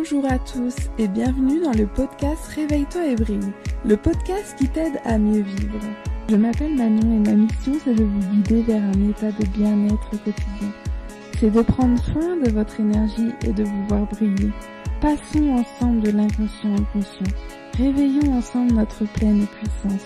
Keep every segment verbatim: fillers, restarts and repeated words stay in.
Bonjour à tous et bienvenue dans le podcast Réveille-toi et brille, le podcast qui t'aide à mieux vivre. Je m'appelle Manon et ma mission c'est de vous guider vers un état de bien-être quotidien. C'est de prendre soin de votre énergie et de vous voir briller. Passons ensemble de l'inconscient au conscient. Réveillons ensemble notre pleine puissance.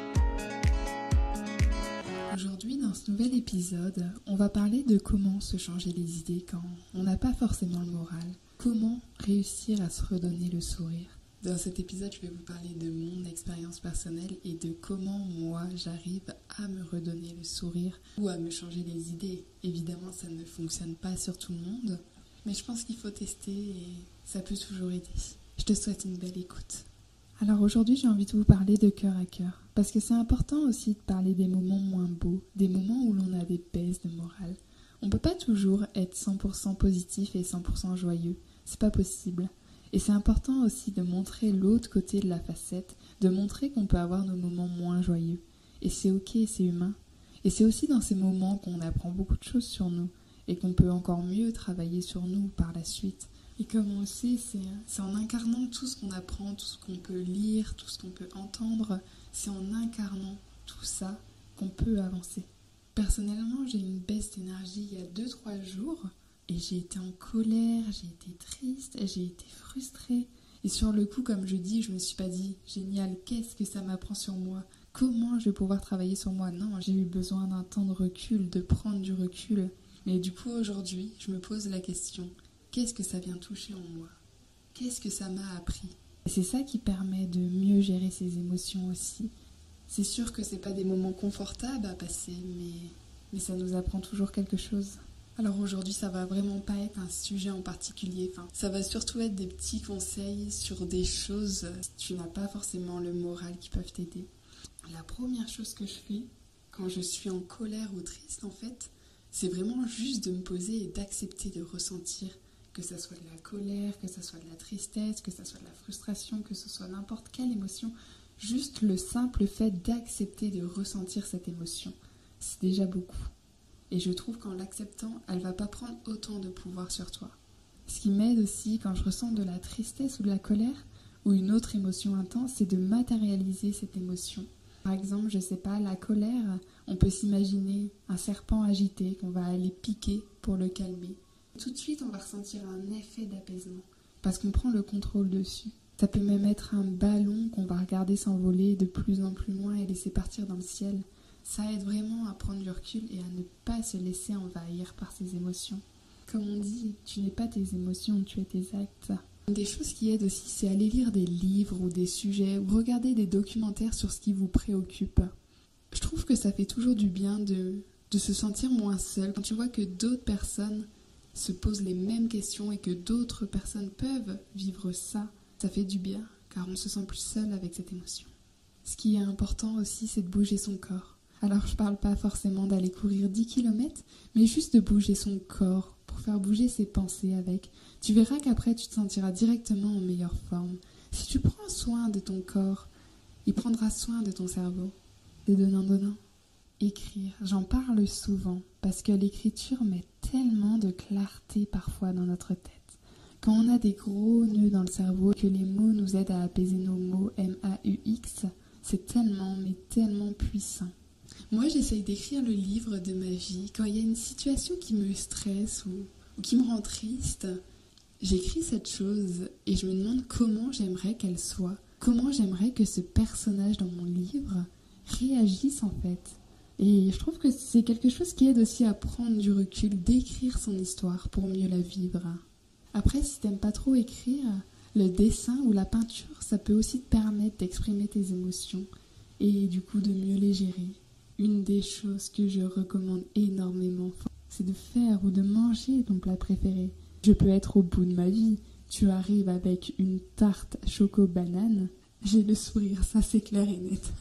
Aujourd'hui, dans ce nouvel épisode, on va parler de comment se changer les idées quand on n'a pas forcément le moral. Comment réussir à se redonner le sourire. Dans cet épisode, je vais vous parler de mon expérience personnelle et de comment moi j'arrive à me redonner le sourire ou à me changer les idées. Évidemment, ça ne fonctionne pas sur tout le monde, mais je pense qu'il faut tester et ça peut toujours aider. Je te souhaite une belle écoute. Alors aujourd'hui, j'ai envie de vous parler de cœur à cœur, parce que c'est important aussi de parler des moments moins beaux, des moments où l'on a des baisses de morale. On ne peut pas toujours être cent pour cent positif et cent pour cent joyeux, c'est pas possible. Et c'est important aussi de montrer l'autre côté de la facette, de montrer qu'on peut avoir nos moments moins joyeux. Et c'est ok, c'est humain. Et c'est aussi dans ces moments qu'on apprend beaucoup de choses sur nous, et qu'on peut encore mieux travailler sur nous par la suite. Et comme on le sait, c'est, c'est en incarnant tout ce qu'on apprend, tout ce qu'on peut lire, tout ce qu'on peut entendre, c'est en incarnant tout ça qu'on peut avancer. Personnellement, j'ai eu une baisse d'énergie il y a deux trois jours et j'ai été en colère, j'ai été triste, j'ai été frustrée. Et sur le coup, comme je dis, je me suis pas dit « Génial, qu'est-ce que ça m'apprend sur moi ? Comment je vais pouvoir travailler sur moi ?» Non, j'ai eu besoin d'un temps de recul, de prendre du recul. Mais du coup, aujourd'hui, je me pose la question « Qu'est-ce que ça vient toucher en moi ? Qu'est-ce que ça m'a appris ?» Et c'est ça qui permet de mieux gérer ses émotions aussi. C'est sûr que c'est pas des moments confortables à passer, mais, mais ça nous apprend toujours quelque chose. Alors aujourd'hui, ça va vraiment pas être un sujet en particulier, enfin, ça va surtout être des petits conseils sur des choses si tu n'as pas forcément le moral qui peuvent t'aider. La première chose que je fais quand je suis en colère ou triste, en fait, c'est vraiment juste de me poser et d'accepter de ressentir, que ça soit de la colère, que ça soit de la tristesse, que ça soit de la frustration, que ce soit n'importe quelle émotion. Juste le simple fait d'accepter de ressentir cette émotion, c'est déjà beaucoup. Et je trouve qu'en l'acceptant, elle ne va pas prendre autant de pouvoir sur toi. Ce qui m'aide aussi quand je ressens de la tristesse ou de la colère, ou une autre émotion intense, c'est de matérialiser cette émotion. Par exemple, je sais pas, la colère, on peut s'imaginer un serpent agité qu'on va aller piquer pour le calmer. Tout de suite, on va ressentir un effet d'apaisement, parce qu'on prend le contrôle dessus. Ça peut même être un ballon qu'on va regarder s'envoler de plus en plus loin et laisser partir dans le ciel. Ça aide vraiment à prendre du recul et à ne pas se laisser envahir par ses émotions. Comme on dit, tu n'es pas tes émotions, tu es tes actes. Une des choses qui aident aussi, c'est aller lire des livres ou des sujets ou regarder des documentaires sur ce qui vous préoccupe. Je trouve que ça fait toujours du bien de, de se sentir moins seul. Quand tu vois que d'autres personnes se posent les mêmes questions et que d'autres personnes peuvent vivre ça, ça fait du bien car on se sent plus seul avec cette émotion. Ce qui est important aussi, c'est de bouger son corps. Alors je parle pas forcément d'aller courir dix kilomètres, mais juste de bouger son corps pour faire bouger ses pensées avec. Tu verras qu'après tu te sentiras directement en meilleure forme. Si tu prends soin de ton corps, il prendra soin de ton cerveau. C'est donnant-donnant. Écrire, j'en parle souvent parce que l'écriture met tellement de clarté parfois dans notre tête. Quand on a des gros nœuds dans le cerveau, que les mots nous aident à apaiser nos mots M A U X, c'est tellement, mais tellement puissant. Moi, j'essaye d'écrire le livre de ma vie. Quand il y a une situation qui me stresse ou, ou qui me rend triste, j'écris cette chose et je me demande comment j'aimerais qu'elle soit. Comment j'aimerais que ce personnage dans mon livre réagisse en fait. Et je trouve que c'est quelque chose qui aide aussi à prendre du recul, d'écrire son histoire pour mieux la vivre. Après, si t'aimes pas trop écrire, le dessin ou la peinture, ça peut aussi te permettre d'exprimer tes émotions et du coup de mieux les gérer. Une des choses que je recommande énormément, c'est de faire ou de manger ton plat préféré. Je peux être au bout de ma vie. Tu arrives avec une tarte choco-banane, j'ai le sourire, ça c'est clair et net.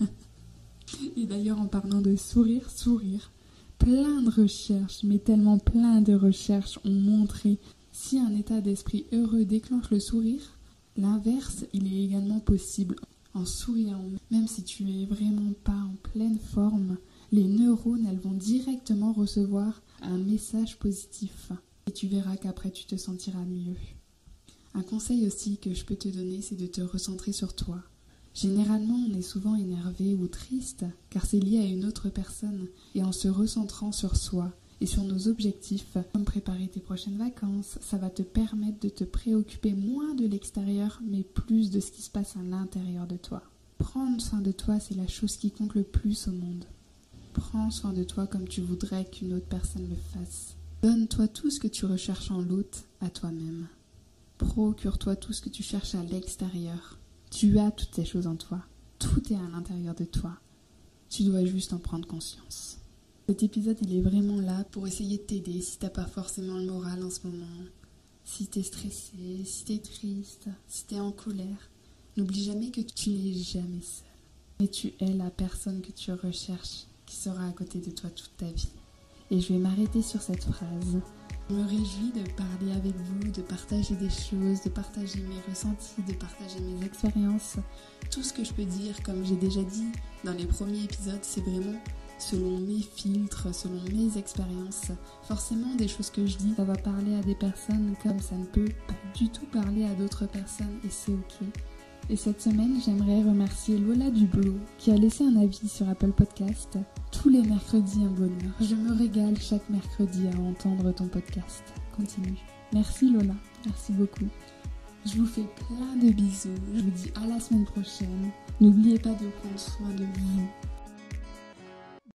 Et d'ailleurs, en parlant de sourire, sourire, plein de recherches, mais tellement plein de recherches ont montré si un état d'esprit heureux déclenche le sourire, l'inverse, il est également possible. En souriant, même si tu es vraiment pas en pleine forme, les neurones, elles vont directement recevoir un message positif. Et tu verras qu'après, tu te sentiras mieux. Un conseil aussi que je peux te donner, c'est de te recentrer sur toi. Généralement, on est souvent énervé ou triste car c'est lié à une autre personne et en se recentrant sur soi et sur nos objectifs, comme préparer tes prochaines vacances, ça va te permettre de te préoccuper moins de l'extérieur mais plus de ce qui se passe à l'intérieur de toi. Prendre soin de toi, c'est la chose qui compte le plus au monde. Prends soin de toi comme tu voudrais qu'une autre personne le fasse. Donne-toi tout ce que tu recherches en l'autre à toi-même. Procure-toi tout ce que tu cherches à l'extérieur. Tu as toutes ces choses en toi. Tout est à l'intérieur de toi. Tu dois juste en prendre conscience. Cet épisode, il est vraiment là pour essayer de t'aider si t'as pas forcément le moral en ce moment. Si t'es stressé, si t'es triste, si t'es en colère. N'oublie jamais que tu n'es jamais seul. Et tu es la personne que tu recherches qui sera à côté de toi toute ta vie. Et je vais m'arrêter sur cette phrase. Je me réjouis de parler avec vous, de partager des choses, de partager mes ressentis, de partager mes expériences. Tout ce que je peux dire, comme j'ai déjà dit dans les premiers épisodes, c'est vraiment selon mes filtres, selon mes expériences. Forcément, des choses que je dis, ça va parler à des personnes comme ça ne peut pas du tout parler à d'autres personnes et c'est ok. Et cette semaine, j'aimerais remercier Lola Dublot qui a laissé un avis sur Apple Podcast. Tous les mercredis, un bonheur. Je me régale chaque mercredi à entendre ton podcast. Continue. Merci Lola, merci beaucoup. Je vous fais plein de bisous. Je vous dis à la semaine prochaine. N'oubliez pas de prendre soin de vous.